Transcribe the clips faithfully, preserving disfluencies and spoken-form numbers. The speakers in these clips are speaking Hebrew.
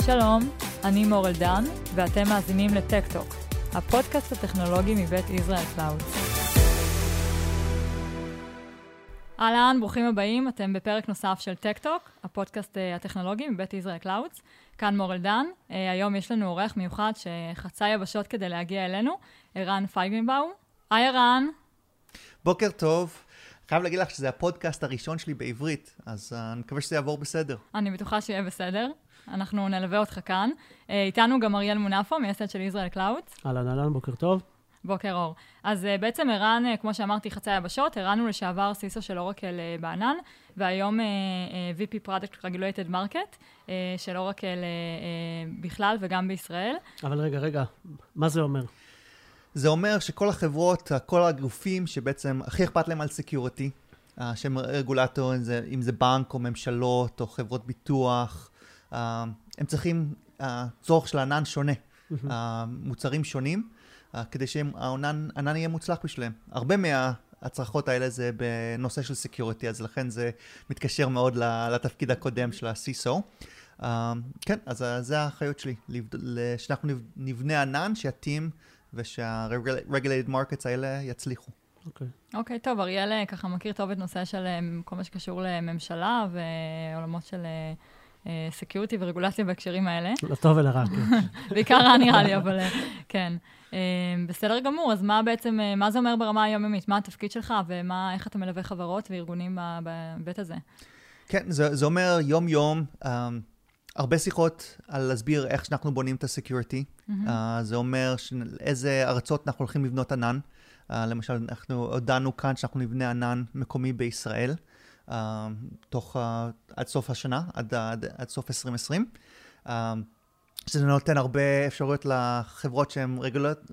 שלום, אני מור אלדן, ואתם מאזינים לטק-טוק, הפודקאסט הטכנולוגי מבית ישראל קלאוד. אהלן, ברוכים הבאים, אתם בפרק נוסף של טק-טוק, הפודקאסט הטכנולוגי מבית ישראל קלאוד. כאן מור אלדן, היום יש לנו עורך מיוחד שחצה יבשות כדי להגיע אלינו, ערן פייגנבאום. היי ערן. בוקר טוב. חייב להגיד לך שזה הפודקאסט הראשון שלי בעברית, אז uh, אני מקווה שזה יעבור בסדר. אני בטוחה שיהיה בסדר. אנחנו נלווה אותך כאן. Uh, איתנו גם אריאל מונפו, מייסד של ישראל קלאוד. אהלן, אהלן, בוקר טוב. בוקר אור. אז uh, בעצם ערן, uh, כמו שאמרתי, חצה יבשות, ערנו לשעבר סיסו של אורקל uh, בענן, והיום uh, uh, וי פי Product Regulated Market uh, של אורקל uh, uh, בכלל וגם בישראל. אבל רגע, רגע, מה זה אומר? זה אומר שכל החברות, כל הגופים שבעצם הכי אכפת להם על סקיוריטי, שהם רגולטור, אם זה בנק או ממשלות או חברות ביטוח, הם צריכים צורך של ענן שונה, מוצרים שונים, כדי שהענן יהיה מוצלח בשבילם. הרבה מההצרכות האלה זה בנושא של סקיוריטי, אז לכן זה מתקשר מאוד לתפקיד הקודם של ה-סיסו. כן, אז זה האחריות שלי, שאנחנו נבנה ענן שיתאים ושה-regulated markets האלה יצליחו. אוקיי. אוקיי, טוב, אריאל ככה מכיר טוב את נושא של כל מה שקשור לממשלה ועולמות של security ורגולציה בהקשרים האלה. לטוב ולרע, כן. בעיקר רע נראה לי, אבל כן. בסדר גמור, אז מה בעצם, מה זה אומר ברמה היומיומית? מה התפקיד שלך ומה, איך אתה מלווה חברות וארגונים בבית הזה? כן, זה, זה אומר יום-יום, um, הרבה שיחות על להסביר איך שאנחנו בונים את הסקיוריטי. Mm-hmm. Uh, זה אומר איזה ארצות אנחנו הולכים לבנות ענן. Uh, למשל, אנחנו הודענו כאן שאנחנו נבנה ענן מקומי בישראל, uh, תוך, uh, עד סוף השנה, עד, עד, עד סוף עשרים עשרים. Uh, שזה נותן הרבה אפשרויות לחברות שהן regulated,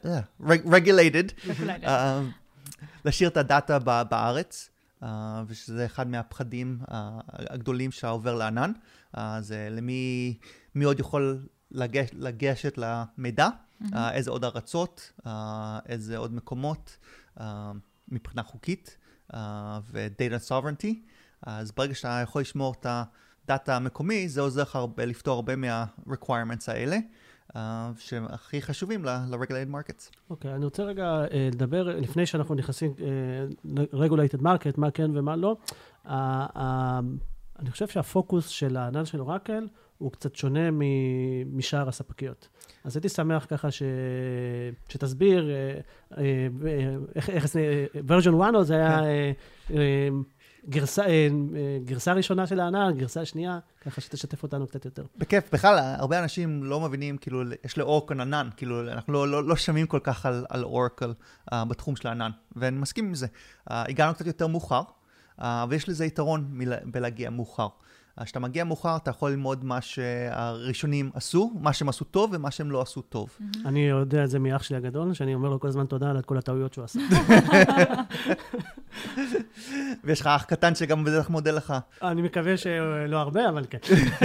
regulated, uh, להשאיר את הדאטה בארץ. Uh, ושזה אחד מהפחדים uh, הגדולים שעובר לענן. Uh, זה למי מי עוד יכול לגש, לגשת למידע, mm-hmm. uh, איזה עוד ארצות, uh, איזה עוד מקומות uh, מבחינה חוקית uh, ו-data sovereignty. Uh, אז ברגע שאתה יכול לשמור את הדאטה המקומי, זה עוזר לך הרבה, לפתור הרבה מה-requirements האלה. Uh, שהכי חשובים ל-regulated markets. אוקיי, אני רוצה רגע uh, לדבר, לפני שאנחנו נכנסים uh, regulated market, מה כן ומה לא. Uh, uh, אני חושב שהפוקוס של הענן של אורקל הוא קצת שונה משאר הספקיות. אז הייתי שמח ככה ש... שתסביר uh, uh, איך, איך זה, version one, או זה היה... Uh, uh, גרסה, גרסה ראשונה של הענן, גרסה שנייה, ככה שתשתף אותנו קצת יותר. בכיף, בכלל, הרבה אנשים לא מבינים, כאילו, יש לאורקל ענן, כאילו, אנחנו לא, לא, לא שומעים כל כך על, על אורקל uh, בתחום של הענן, ואני מסכים עם זה. Uh, הגענו קצת יותר מאוחר, uh, ויש לזה יתרון מלה, בלהגיע מאוחר. כשאתה uh, מגיע מאוחר, אתה יכול ללמוד מה שהראשונים עשו, מה שהם עשו טוב ומה שהם לא עשו טוב. Mm-hmm. אני יודע את זה מאח שלי הגדול, שאני אומר לו כל הזמן תודה על כל הטעויות שהוא עשה. ויש לך אח קטן שגם בדרך מודה לך. אני מקווה שלא הרבה, אבל כן.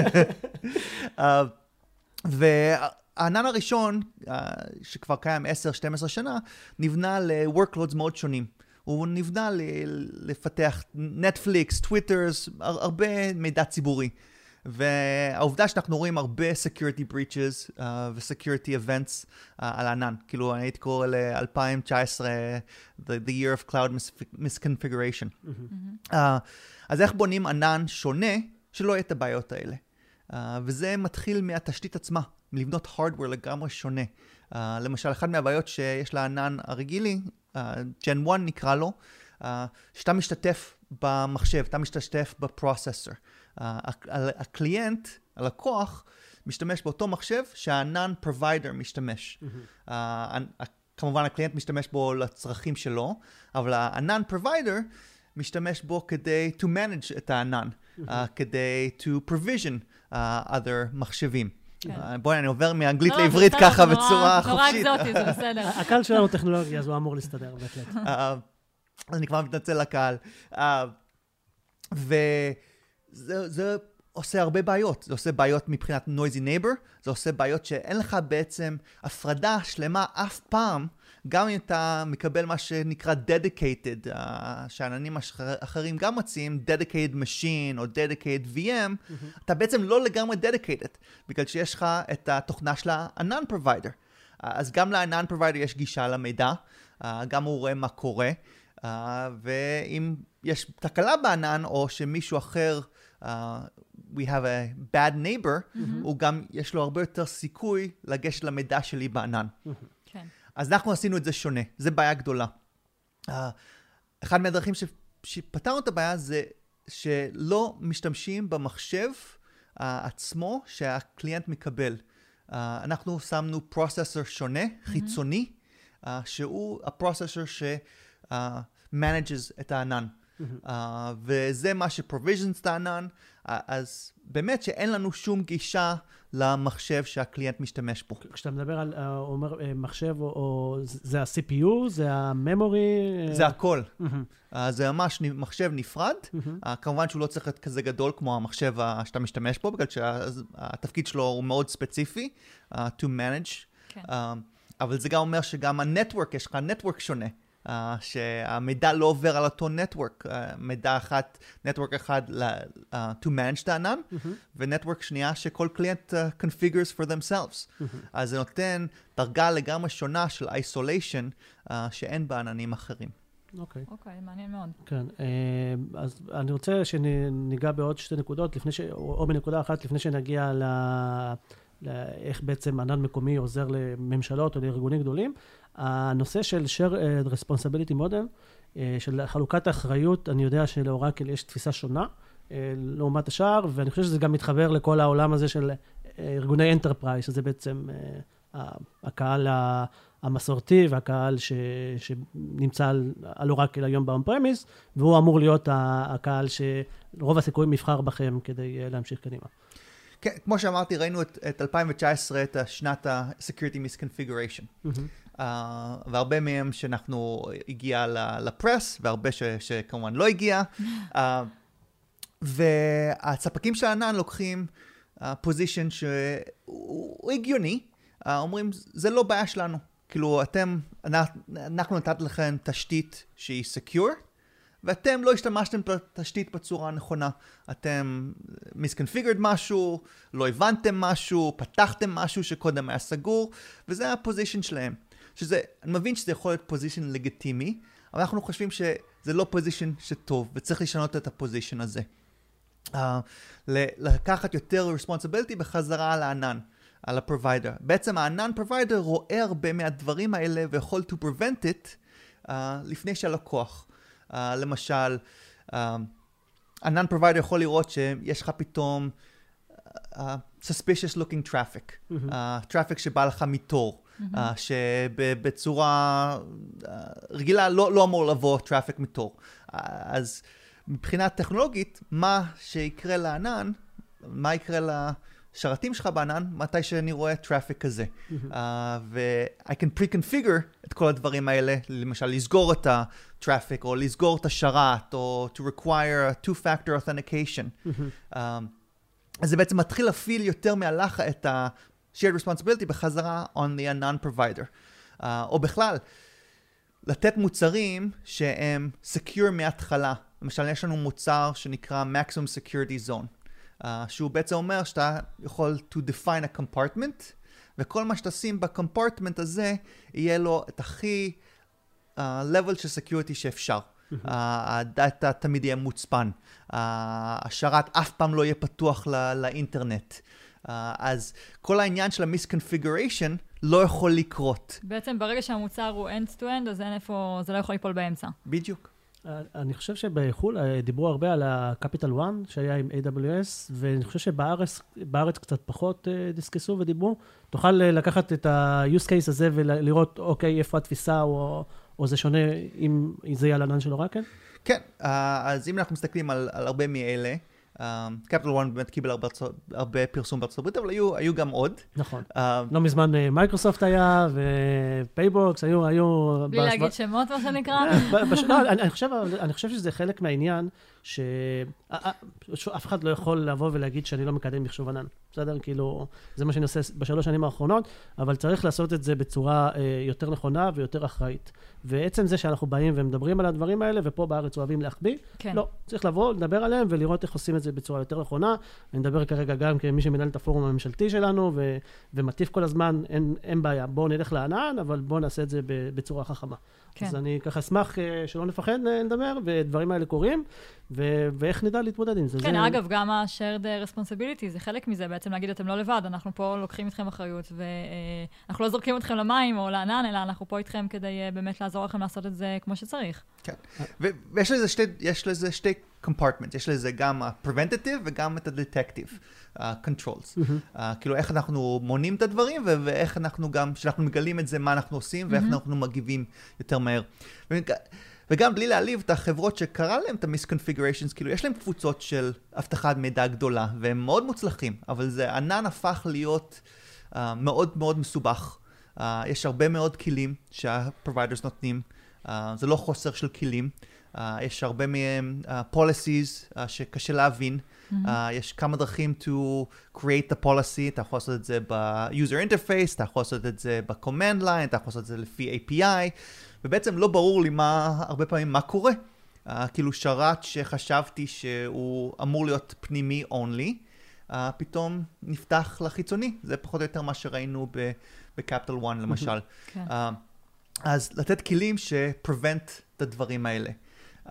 והענן הראשון, שכבר קיים עשר שתים עשרה שנה, נבנה ל-workloads מאוד שונים. הוא נבנה לפתח נטפליקס, טוויטרס, הרבה מידע ציבורי. והעובדה שאנחנו רואים הרבה security breaches uh, ו-security events uh, על הענן. כאילו, אני הייתי קורא ל-אלפיים תשע עשרה, the, the year of cloud mis- misconfiguration. Mm-hmm. Uh, אז איך בונים ענן שונה שלא יהיה את הבעיות האלה? Uh, וזה מתחיל מהתשתית עצמה, מלבנות hardware לגמרי שונה. Uh, למשל, אחד מהבעיות שיש לענן הרגילי, uh, ג'ן אחת נקרא לו, uh, שאתה משתתף במחשב, אתה משתתף בפרוססור. Uh, הקליינט, הלקוח, משתמש באותו מחשב שהענן פרוביידר משתמש. Mm-hmm. Uh, כמובן, הקליינט משתמש בו לצרכים שלו, אבל הענן פרוביידר משתמש בו כדי to manage את הענן, mm-hmm. uh, כדי to provision uh, other מחשבים. כן. Uh, בואי, אני עובר מאנגלית לא, לעברית בסדר, ככה נורא, בצורה נורא חופשית. נורא אקזוטי, זה בסדר. הקהל שלנו טכנולוגיה, אז הוא אמור להסתדר, בהחלט. Uh, אז אני כבר מתנצל לקהל. Uh, ו... זה, זה עושה הרבה בעיות. זה עושה בעיות מבחינת noisy neighbor, זה עושה בעיות שאין לך בעצם הפרדה שלמה אף פעם גם אם אתה מקבל מה שנקרא dedicated, uh, שעננים אחרים גם מציעים, dedicated machine או dedicated וי אם, mm-hmm. אתה בעצם לא לגמרי dedicated, בגלל שיש לך את התוכנה של הענן provider. Uh, אז גם לענן provider יש גישה למידע, uh, גם הוא רואה מה קורה, uh, ואם יש תקלה בענן, או שמישהו אחר, uh, we have a bad neighbor, mm-hmm. הוא גם, יש לו הרבה יותר סיכוי לגשת למידע שלי בענן. Mm-hmm. כן. אז אנחנו עשינו את זה שונה, זה בעיה גדולה. Uh, אחד מהדרכים ש, שפתרנו את הבעיה זה שלא משתמשים במחשב uh, עצמו שהקליינט מקבל. Uh, אנחנו שמנו פרוססור שונה, mm-hmm. חיצוני, uh, שהוא הפרוססור ש... Uh, manages את הענן. Mm-hmm. Uh, וזה מה ש-provisions את הענן, uh, אז באמת שאין לנו שום גישה למחשב שהקליינט משתמש בו. כשאתה מדבר על, uh, אומר, uh, מחשב, או, או זה ה-סי פי יו, זה ה-memory? זה הכל. Mm-hmm. Uh, זה ממש מחשב נפרד. Mm-hmm. Uh, כמובן שהוא לא צריך להיות כזה גדול כמו המחשב uh, שאתה משתמש בו, בגלל שהתפקיד שלו הוא מאוד ספציפי, uh, to manage. Okay. Uh, אבל זה גם אומר שגם ה-network, יש לך network שונה. Uh, שהמידע לא עובר על אותו נטוורק, uh, מידע אחד, נטוורק אחד ל- uh, to manage את הענן, mm-hmm. ונטוורק שנייה שכל קליינט uh, configures for themselves. Mm-hmm. אז זה נותן דרגה לגמרי שונה של isolation uh, שאין בעננים אחרים. אוקיי. Okay. אוקיי, okay, מעניין מאוד. כן, uh, אז אני רוצה שניגע בעוד שתי נקודות, לפני ש... או בנקודה אחת, לפני שנגיע ל... איך בעצם ענן מקומי עוזר לממשלות או לארגונים גדולים. הנושא של share responsibility model, של חלוקת האחריות, אני יודע שלאורקל יש תפיסה שונה לעומת השאר, ואני חושב שזה גם מתחבר לכל העולם הזה של ארגוני enterprise, שזה בעצם הקהל המסורתי והקהל ש, שנמצא על, על אורקל היום ב-on-premise, והוא אמור להיות הקהל שרוב הסיכויים יבחר בכם כדי להמשיך קדימה. כן, כמו שאמרתי, ראינו את, את אלפיים תשע עשרה, את שנת ה-Security Misconfiguration. Mm-hmm. Uh, והרבה מהם שאנחנו הגיע לפרס, והרבה ש, שכמובן לא הגיע. Uh, והספקים של הענן לוקחים פוזישן uh, שהוא הגיוני, uh, אומרים, זה לא בעיה שלנו. כאילו, אתם, אנחנו נתת לכם תשתית שהיא secure, ואתם לא השתמשתם בתשתית בצורה הנכונה. אתם misconfigured משהו, לא הבנתם משהו, פתחתם משהו שקודם היה סגור, וזה הפוזישן שלהם. שזה, אני מבין שזה יכול להיות פוזישן לגיטימי, אבל אנחנו חושבים שזה לא פוזישן שטוב, וצריך לשנות את הפוזישן הזה. Uh, לקחת יותר responsibility בחזרה על הענן, על הפרוביידר. בעצם הענן פרוביידר רואה הרבה מהדברים האלה, ויכול to prevent it uh, לפני שהלקוח. Uh, למשל, uh, ענן provider יכול לראות שיש לך פתאום uh, suspicious looking traffic, mm-hmm. uh, traffic שבא לך מתור, mm-hmm. uh, שבצורה uh, רגילה לא, לא אמור לבוא traffic מתור. Uh, אז מבחינה טכנולוגית, מה שיקרה לענן, מה יקרה לשרתים שלך בענן, מתי שאני רואה טראפיק כזה. Mm-hmm. Uh, ו-I can pre-configure את כל הדברים האלה, למשל לסגור את הטראפיק, או לסגור את השרת, או to require a two-factor authentication. Mm-hmm. Um, אז זה בעצם מתחיל להפעיל יותר מהלך את ה-shared responsibility בחזרה on the non-provider. Uh, או בכלל, לתת מוצרים שהם secure מההתחלה. למשל, יש לנו מוצר שנקרא Maximum Security Zone. Uh, שהוא בעצם אומר שאתה יכול to define a compartment, וכל מה שתשים בקומפרטמנט הזה, יהיה לו את הכי uh, level של security שאפשר. Mm-hmm. Uh, הדאטה תמיד יהיה מוצפן. Uh, השרת אף פעם לא יהיה פתוח לא, לאינטרנט. Uh, אז כל העניין של ה-misconfiguration לא יכול לקרות. בעצם ברגע שהמוצר הוא end-to-end, אז אין איפה, זה לא יכול ליפול באמצע. בדיוק. אני חושב שבחול דיברו הרבה על ה-Capital One שהיה עם איי דאבליו אס, ואני חושב שבארץ בארץ קצת פחות דיסקסו ודיברו. תוכל לקחת את ה-use case הזה ולראות, אוקיי, איפה התפיסה, או, או זה שונה אם זה יהיה על ענן של אורקל? כן, אז אם אנחנו מסתכלים על, על הרבה מאלה, קפיטל וואן באמת קיבל הרבה, הרבה פרסום בארצות הברית, אבל היו, היו גם עוד. נכון. Uh, לא מזמן מייקרוסופט היה, ופייבוקס היו, היו... בלי להגיד שמות, מה שנקרא. לא, אני חושב, אני חושב שזה חלק מהעניין, שאף אחד לא יכול לבוא ולהגיד שאני לא מקדם מחשוב ענן. בסדר? כאילו, זה מה שאני עושה בשלוש שנים האחרונות, אבל צריך לעשות את זה בצורה יותר נכונה ויותר אחראית. ועצם זה שאנחנו באים ומדברים על הדברים האלה, ופה בארץ אוהבים להחביא, כן. לא, צריך לבוא, לדבר עליהם ולראות איך עושים את זה בצורה יותר נכונה. אני מדבר כרגע גם כמי שמנהל את הפורום הממשלתי שלנו, ו- ומטיף כל הזמן, אין, אין בעיה. בואו נלך לענן, אבל בואו נעשה את זה בצורה חכמה. כן. אז אני ככה אשמח שלא נפחד לדבר, ודברים האלה קורים, ו- ואיך נדע להתמודד עם זה. כן, זה... אגב, גם ה-shared responsibility, זה חלק מזה, בעצם להגיד, אתם לא לבד, אנחנו פה לוקחים איתכם אחריות, ואנחנו לא זורקים אתכם למים או לענן, אלא אנחנו פה איתכם כדי באמת לעזור לכם לעשות את זה כמו שצריך. כן, ויש לזה שתי, יש לזה שתי compartments, יש לזה גם ה-preventative וגם את ה-detective controls. כאילו איך אנחנו מונים את הדברים, ואיך אנחנו גם, כשאנחנו מגלים את זה, מה אנחנו עושים, ואיך אנחנו מגיבים יותר מהר. וגם בלי להעליב את החברות שקרה להם את ה-misconfigurations, כאילו יש להם קבוצות של הבטחת מידע גדולה, והם מאוד מוצלחים, אבל זה ענן הפך להיות uh, מאוד מאוד מסובך. Uh, יש הרבה מאוד כלים שה-providers נותנים, uh, זה לא חוסר של כלים, uh, יש הרבה מהם uh, policies uh, שקשה להבין, mm-hmm. uh, יש כמה דרכים to create the policy, אתה יכול לעשות את זה ב-user interface, אתה יכול לעשות את זה ב-command line, אתה יכול לעשות את זה לפי איי פי איי, ובעצם לא ברור לי מה, הרבה פעמים מה קורה. Uh, כאילו שרת שחשבתי שהוא אמור להיות פנימי only, uh, פתאום נפתח לחיצוני. זה פחות או יותר מה שראינו בקפיטל וואן למשל. כן. Uh, אז לתת כלים ש-prevent את הדברים האלה. Uh,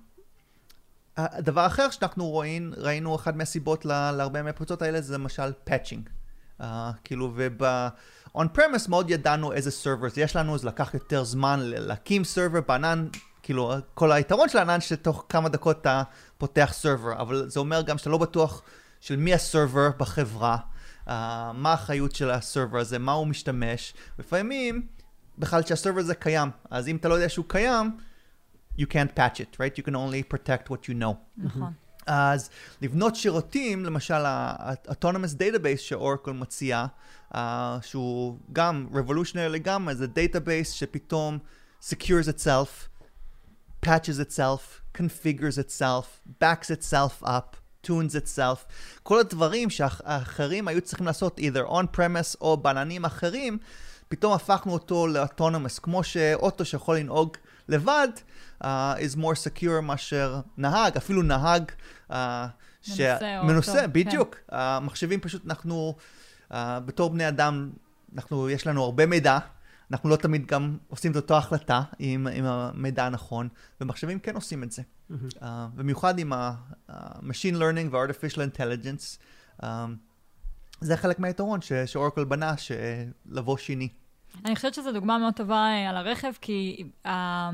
הדבר אחר שאנחנו רואים, ראינו אחד מהסיבות לה, להרבה מהפריצות האלה, זה למשל patching. Uh, כאילו וב-on-premise מאוד ידענו איזה servers יש לנו, זה לקח יותר זמן להקים server בענן, כאילו כל היתרון של הענן שתוך כמה דקות אתה פותח server, אבל זה אומר גם שאתה לא בטוח של מי הסרבר בחברה, uh, מה האחריות של הסרבר הזה, מה הוא משתמש, לפעמים בכלל שהסרבר הזה קיים, אז אם אתה לא יודע שהוא קיים, you can't patch it, right? You can only protect what you know. נכון. אז לבנות שירותים, למשל ה-Autonomous Database שאורקל מציעה, uh, שהוא גם revolutionary לגמרי, זה database שפתאום secures itself, patches itself, configures itself, backs itself up, tunes itself, כל הדברים שהאחרים היו צריכים לעשות either on-premise או בעננים אחרים, פתאום הפכנו אותו ל-Autonomous, כמו שאוטו שיכול לנהוג לבד, uh, is more secure מאשר נהג, אפילו נהג uh, מנוסה, מנוסה, בדיוק. כן. המחשבים פשוט אנחנו, uh, בתור בני אדם, אנחנו, יש לנו הרבה מידע, אנחנו לא תמיד גם עושים את אותו החלטה עם, עם המידע הנכון, ומחשבים כן עושים את זה. Mm-hmm. Uh, במיוחד עם ה-machine learning ו-artificial intelligence, uh, זה חלק מהיתרון שאורקל בנה, שלבוא שני. אני חושבת שזו דוגמה מאוד טובה על הרכב, כי uh,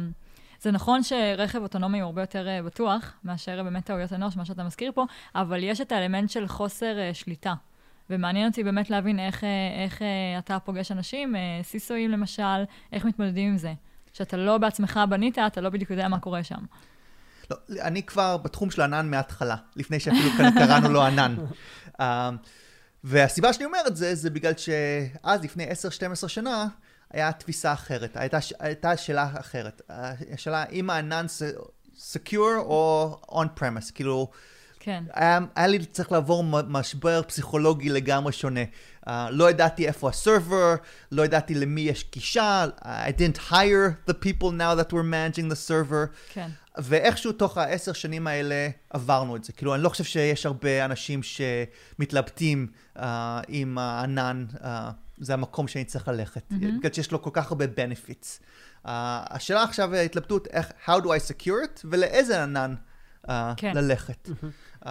זה נכון שרכב אוטונומי הוא הרבה יותר uh, בטוח, מאשר באמת טעויות אנוש, מה שאתה מזכיר פה, אבל יש את האלמנט של חוסר uh, שליטה. ומעניין אותי באמת להבין איך, איך אתה פוגש אנשים, סיסויים למשל, איך מתמודדים עם זה. שאתה לא בעצמך בנית, אתה לא בדיוק יודע מה קורה שם. לא, אני כבר בתחום של ענן מההתחלה, לפני שאפילו קראנו לו ענן. uh, והסיבה שאני אומר את זה, זה בגלל שאז, לפני עשר שתים עשרה שנה, היה תפיסה אחרת, הייתה, הייתה שאלה אחרת. השאלה, אם הענן secure או on-premise, כאילו, כן. היה, היה לי צריך לעבור משבר פסיכולוגי לגמרי שונה. Uh, לא ידעתי איפה הסרבר, לא ידעתי למי יש גישה, I didn't hire the people now that were managing the server. כן. ואיכשהו תוך העשר שנים האלה עברנו את זה. כאילו, אני לא חושב שיש הרבה אנשים שמתלבטים uh, עם הענן, uh, זה המקום שאני צריך ללכת. Mm-hmm. בגלל שיש לו כל כך הרבה benefits. Uh, השאלה עכשיו ההתלבטות, איך, how do I secure it, ולאיזה ענן uh, כן. ללכת. Mm-hmm. Um,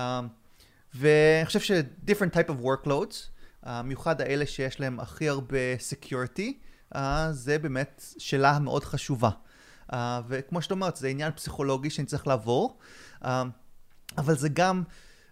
ואני חושב ש-different type of workloads, uh, מיוחד האלה שיש להם הכי הרבה security, uh, זה באמת שאלה מאוד חשובה. Uh, וכמו שאת אומרת, זה עניין פסיכולוגי שאני צריך לעבור, uh, אבל זה גם,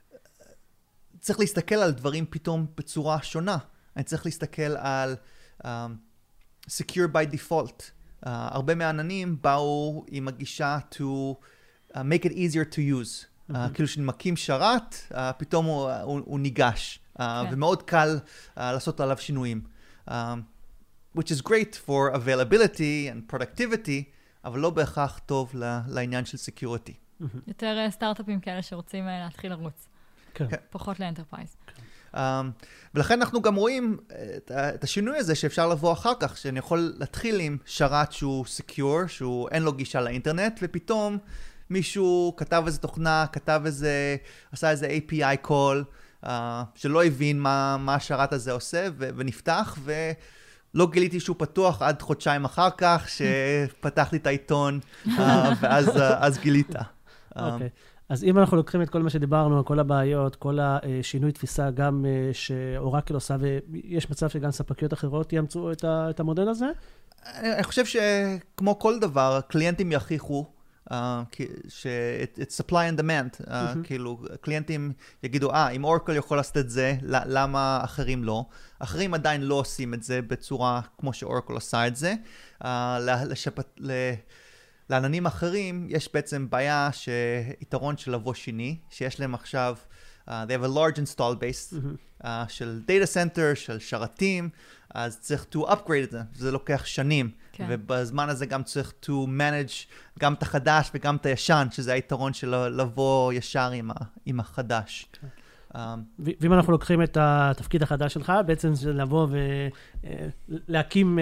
צריך להסתכל על דברים פתאום בצורה שונה. אני צריך להסתכל על um, secure by default. Uh, הרבה מהעננים באו עם הגישה to uh, make it easier to use. Uh, כאילו שנמקים שרת, uh, פתאום הוא, הוא, הוא ניגש, uh, כן. ומאוד קל uh, לעשות עליו שינויים. Um, which is great for availability and productivity, אבל לא בהכרח טוב לעניין של security. יותר סטארט-אפים כאלה שרוצים להתחיל לרוץ. כן. פחות לאנטרפרייז. Um, ולכן אנחנו גם רואים את, את השינוי הזה שאפשר לבוא אחר כך, שאני יכול להתחיל עם שרת שהוא secure, שהוא אין לו גישה לאינטרנט, ופתאום מישהו כתב איזה תוכנה, כתב איזה, עשה איזה איי פי איי call, uh, שלא הבין מה, מה השרת הזה עושה, ו- ונפתח, ולא גיליתי שהוא פתוח עד חודשיים אחר כך, שפתח לי את העיתון, uh, ואז uh, אז גילית. אוקיי. אז אם אנחנו לוקחים את כל מה שדיברנו, כל הבעיות, כל השינוי תפיסה, גם שאורקל עושה, ויש מצב שגם ספקיות אחרות יאמצו את המודל הזה? אני חושב שכמו כל דבר, קליינטים יכיחו, ש-it's supply and demand, כאילו, קליינטים יגידו, אה, אם אורקל יכול לעשות את זה, למה אחרים לא? אחרים עדיין לא עושים את זה בצורה כמו שאורקל עושה את זה. לעננים אחרים יש בעצם בעיה שיתרון של לבוא שני, שיש להם עכשיו, uh, they have a large install base mm-hmm. uh, של data center, של שרתים, אז צריך to upgrade את זה, זה לוקח שנים, כן. ובזמן הזה גם צריך to manage גם את החדש וגם את הישן, שזה היתרון של לבוא ישר עם, ה, עם החדש. כן. Um, ואם אנחנו לוקחים את התפקיד החדש שלך, בעצם זה לבוא ולהקים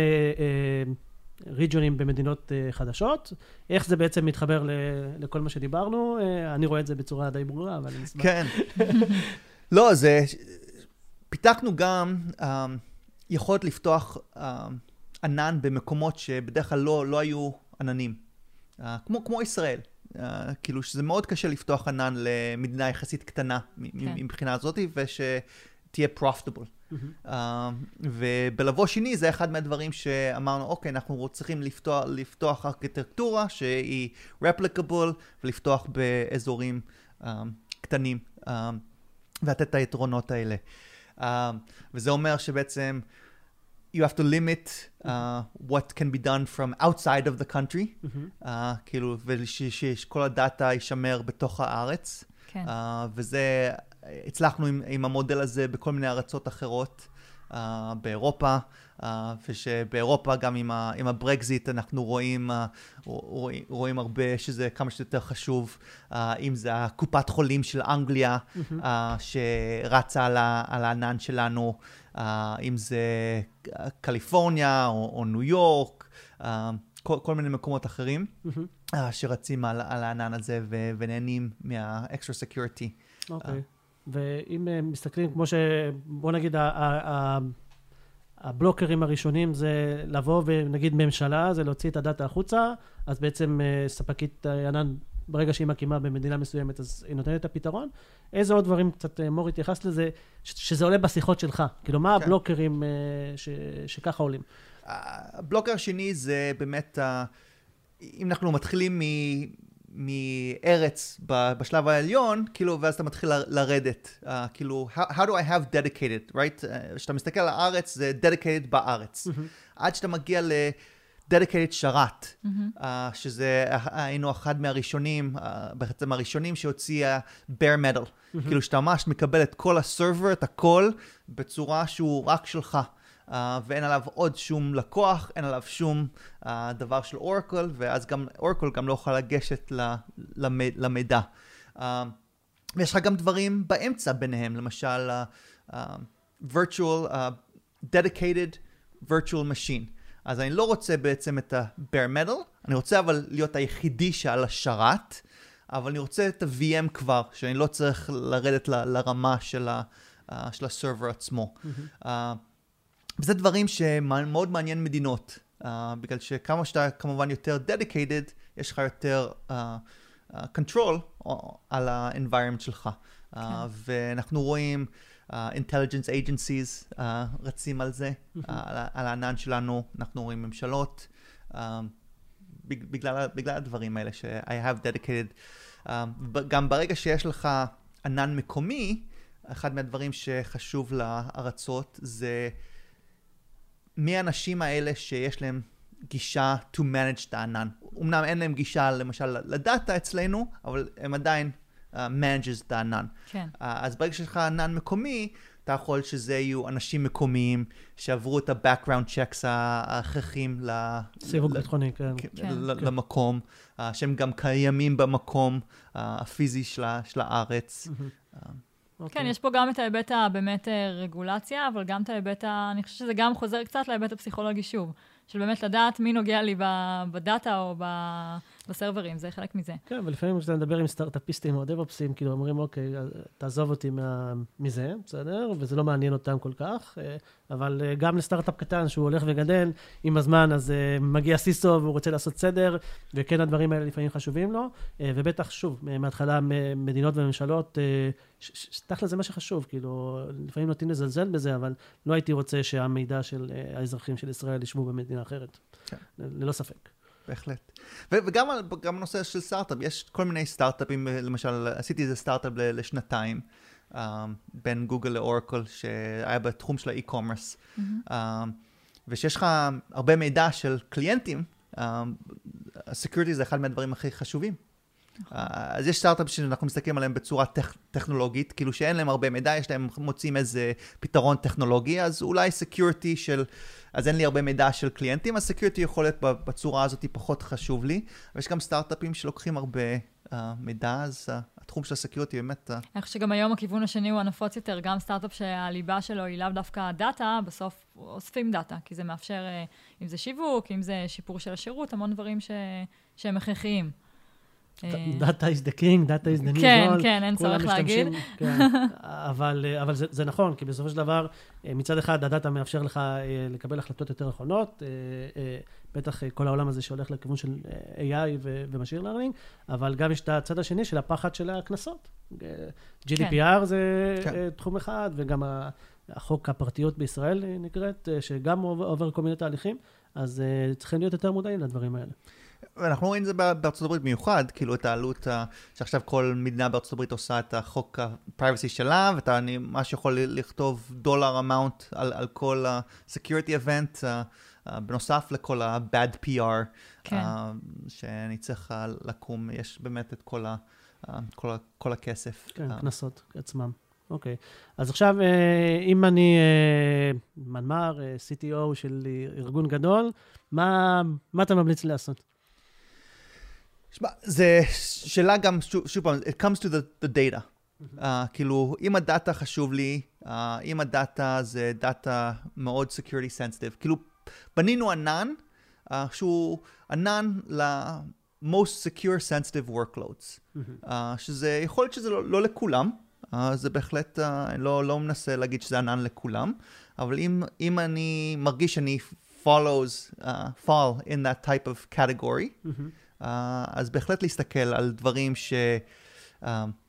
ריג'ונים במדינות חדשות, איך זה בעצם מתחבר לכל מה שדיברנו? אני רואה את זה בצורה די ברורה, אבל אני אשמח. כן. לא, זה... פיתחנו גם um, יכולת לפתוח um, ענן במקומות שבדרך כלל לא, לא היו עננים. Uh, כמו, כמו ישראל. Uh, כאילו שזה מאוד קשה לפתוח ענן למדינה יחסית קטנה כן. מבחינה הזאת, ושתהיה profitable. Mm-hmm. Uh, ובלבוא שני זה אחד מהדברים שאמרנו, אוקיי, אנחנו צריכים לפתוח, לפתוח ארכיטקטורה שהיא replicable, ולפתוח באזורים uh, קטנים, uh, ולתת את היתרונות האלה. Uh, וזה אומר שבעצם you have to limit uh, what can be done from outside of the country, mm-hmm. uh, כאילו, ושכל הדאטה יישמר בתוך הארץ. כן. Uh, וזה, הצלחנו עם, עם המודל הזה בכל מיני ארצות אחרות, uh, באירופה, uh, ושבאירופה גם עם, ה, עם הברקזיט אנחנו רואים, uh, רואים, רואים הרבה שזה כמה שיותר חשוב, uh, אם זה הקופת חולים של אנגליה, mm-hmm. uh, שרצה על, ה, על הענן שלנו, uh, אם זה קליפורניה או, או ניו יורק, uh, כל, כל מיני מקומות אחרים. Mm-hmm. שרצים על, על הענן הזה ו, ונהנים מה-extra security. אוקיי. ואם מסתכלים, כמו ש... בוא נגיד, הבלוקרים הראשונים זה לבוא ונגיד ממשלה, זה להוציא את הדאטה החוצה, אז בעצם ספקית הענן, ברגע שהיא מקימה במדינה מסוימת, אז היא נותנת את הפתרון. איזה עוד דברים קצת מור התייחס לזה, שזה עולה בשיחות שלך? כאילו, מה הבלוקרים ש, שככה עולים? הבלוקר השני זה באמת... אם אנחנו מתחילים מארץ בשלב העליון, כאילו, ואז אתה מתחיל לרדת, uh, כאילו, how, how do I have dedicated, right? Uh, כשאתה מסתכל על הארץ, זה dedicated בארץ. Mm-hmm. עד שאתה מגיע ל-dedicated שרת, mm-hmm. uh, שזה, היינו אחד מהראשונים, uh, בעצם הראשונים שהוציא bare metal. Mm-hmm. כאילו, שאתה ממש מקבל את כל הסרבר, את הכל, בצורה שהוא רק שלך. Uh, ואין עליו עוד שום לקוח, אין עליו שום uh, דבר של אורקל, ואז גם אורקל גם לא יכול לגשת למד, למידע. Uh, ויש לך גם דברים באמצע ביניהם, למשל uh, uh, virtual, uh, dedicated virtual machine. אז אני לא רוצה בעצם את ה-bare metal, אני רוצה אבל להיות היחידי שעל השרת, אבל אני רוצה את ה-וי אם כבר, שאני לא צריך לרדת ל- לרמה של, ה- uh, של הסרבר עצמו. Mm-hmm. Uh, וזה דברים שמאוד מעניין מדינות, uh, בגלל שכמה שאתה כמובן יותר dedicated, יש לך יותר uh, uh, control על ה-environment שלך. Uh, ואנחנו רואים uh, intelligence agencies uh, רצים על זה, uh, על, על הענן שלנו, אנחנו רואים ממשלות, uh, בגלל, בגלל הדברים האלה ש- I have dedicated. Uh, גם ברגע שיש לך ענן מקומי, אחד מהדברים שחשוב לארצות זה מי האנשים האלה שיש להם גישה to manage את הענן. אמנם אין להם גישה למשל לדאטה אצלנו, אבל הם עדיין uh, manages את הענן. כן. Uh, אז ברגע שיש לך ענן מקומי, אתה יכול שזה יהיו אנשים מקומיים שעברו את ה-background checks ההכרחים ל... סיווג ל- ביטחוני, כן. כן, כן. ל- למקום, uh, שהם גם קיימים במקום uh, הפיזי של ה- של הארץ. אוקיי. כן, יש פה גם את ההיבט הבאמת רגולציה, אבל גם את ההיבט, ה- אני חושבת שזה גם חוזר קצת להיבט הפסיכולוגי שוב, של באמת לדעת מי נוגע לי ב- בדאטה או ב- בסרברים, זה חלק מזה. כן, ולפעמים כשאתה מדבר עם סטארט-אפיסטים או דב-אופסים, כאילו אומרים, אוקיי, תעזוב אותי מה- מזה, בסדר? וזה לא מעניין אותם כל כך, אה, אבל אה, גם לסטארט-אפ קטן שהוא הולך וגדל, עם הזמן אז אה, מגיע סיסו והוא רוצה לעשות סדר, וכן הדברים האלה לפעמים חשובים לו, אה, ובטח, שוב, מההתחלה מ- מדינות וממשלות, אה, ש- ש- תכל'ס זה מה שחשוב, כאילו, לפעמים נוטים לזלזל בזה, אבל לא הייתי רוצה שהמידע של אה, האזרחים של ישראל ישבו במדינה אחרת, כן. ל- ללא ספק. בהחלט. ו- וגם על- גם בנושא של סטארט-אפ, יש כל מיני סטארט-אפים, למשל, עשיתי איזה סטארט-אפ ל- לשנתיים, um, בין גוגל לאורקל, שהיה בתחום של האי-קומרס, um, ושיש לך הרבה מידע של קליינטים, הסקיוריטי זה אחד מהדברים הכי חשובים. Uh, אז יש סטארט-אפ שאנחנו מסתכלים עליהם בצורה טכ- טכנולוגית, כאילו שאין להם הרבה מידע, יש להם, מוצאים איזה פתרון טכנולוגי, אז אולי סקיוריטי של, אז אין לי הרבה מידע של קליינטים, אז סקיוריטי יכול להיות בצורה הזאת פחות חשוב לי, ויש גם סטארט-אפים שלוקחים הרבה uh, מידע, אז uh, התחום של הסקיוריטי באמת... Uh, אני חושב שגם היום הכיוון השני הוא הנפוץ יותר, גם סטארט-אפ שהליבה שלו היא לאו דווקא דאטה, בסוף אוספים דאטה, כי זה מאפשר, אם זה שיווק, אם זה שיפור של השירות, המון דברים ש... שהם הכרחיים. דאטה is the king, דאטה is the new כן, gold. כן, אין צורך להגיד. כן. אבל, אבל זה, זה נכון, כי בסופו של דבר, מצד אחד, הדאטה מאפשר לך לקבל החלטות יותר נכונות, בטח כל העולם הזה שהולך לכיוון של איי איי ומשאיר לרנינג, אבל גם יש את הצד השני של הפחד של הקנסות. ג'י די פי אר זה כן. תחום אחד, וגם החוק הפרטיות בישראל נקראת, שגם עובר כל מיני תהליכים, אז צריכים להיות יותר מודעים לדברים האלה. ואנחנו רואים את זה בארצות הברית מיוחד, כאילו את העלות שעכשיו כל מדינה בארצות הברית עושה את החוק הפרייבסי שלה, ואתה ממש יכול לכתוב דולר אמאונט על, על כל ה-security event, uh, uh, בנוסף לכל ה-bad פי אר, כן. uh, שאני צריך לקום, יש באמת את כל, ה, uh, כל, ה, כל הכסף. כן, uh, כנסות עצמם. אוקיי. אז עכשיו, אם אני מנמ"ר, סי טי או של ארגון גדול, מה, מה אתה ממליץ לעשות? שמה, זה שאלה גם, שוב, שוב פעם, it comes to the, the data. Mm-hmm. Uh, כאילו, אם הדאטה חשוב לי, uh, אם הדאטה זה דאטה מאוד security sensitive, כאילו, בנינו ענן, uh, שהוא ענן ל-most secure sensitive workloads. Mm-hmm. Uh, שזה, יכול להיות שזה לא, לא לכולם, uh, זה בהחלט, uh, לא, לא מנסה להגיד שזה ענן לכולם, אבל אם, אם אני מרגיש שאני follows, uh, fall in that type of category, mm-hmm. Uh, אז בהחלט להסתכל על דברים ש... Uh,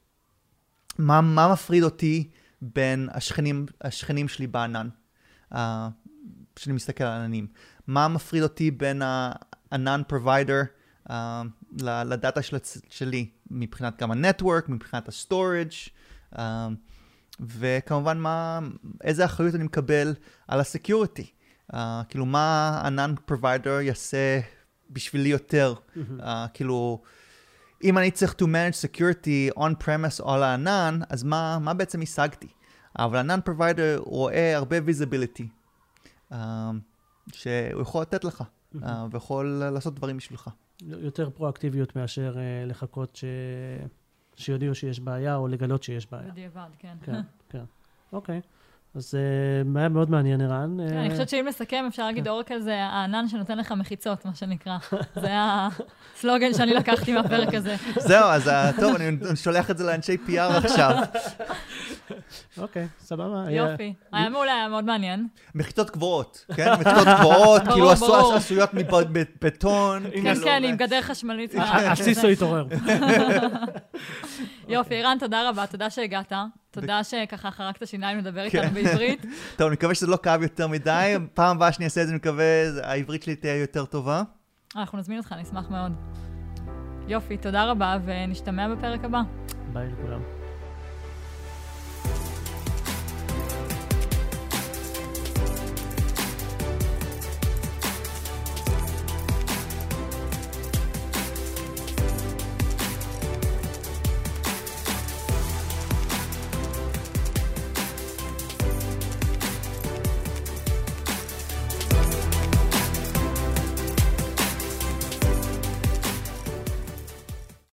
מה, מה מפריד אותי בין השכנים, השכנים שלי בענן, uh, שאני מסתכל על עננים. מה מפריד אותי בין הענן פרוביידר uh, לדאטה של, שלי, מבחינת גם הנטוורק, מבחינת הסטורג', uh, וכמובן מה, איזה אחריות אני מקבל על הסקיוריטי. Uh, כאילו מה הענן פרוביידר יעשה בשבילי יותר, mm-hmm. uh, כאילו, אם אני צריך to manage security on-premise או על הענן, אז מה, מה בעצם השגתי? אבל הענן provider רואה הרבה visibility, uh, שהוא יכול לתת לך, mm-hmm. uh, ויכול לעשות דברים בשבילך. יותר פרואקטיביות מאשר uh, לחכות ש... שיודיעו שיש בעיה, או לגלות שיש בעיה. בדיעבד, כן. כן, כן. אוקיי. אז זה היה מאוד מעניין, ערן. כן, אני חושבת שאם לסכם, אפשר להגיד אורקל זה הענן שנותן לך מחיצות, מה שנקרא. זה הסלוגן שאני לקחתי מהפרק הזה. זהו, אז טוב, אני שולח את זה לאנשי פי אר עכשיו. אוקיי, סבבה. יופי. היה מעולה, היה מאוד מעניין. מחיצות גבוהות, כן? מחיצות גבוהות, כאילו עשויות מבטון. כן, כן, עם גדר חשמלית. הסיסו התעורר. יופי, ערן, תודה רבה, תודה שהגעת. תודה שככה חרקת שיניים לדבר איתנו בעברית. טוב, אני מקווה שזה לא כאב יותר מדי. פעם הבאה שאני אעשה את זה, אני מקווה, העברית שלי תהיה יותר טובה. אנחנו נזמין אותך, נשמח מאוד. יופי, תודה רבה, ונשתמע בפרק הבא. ביי לכולם.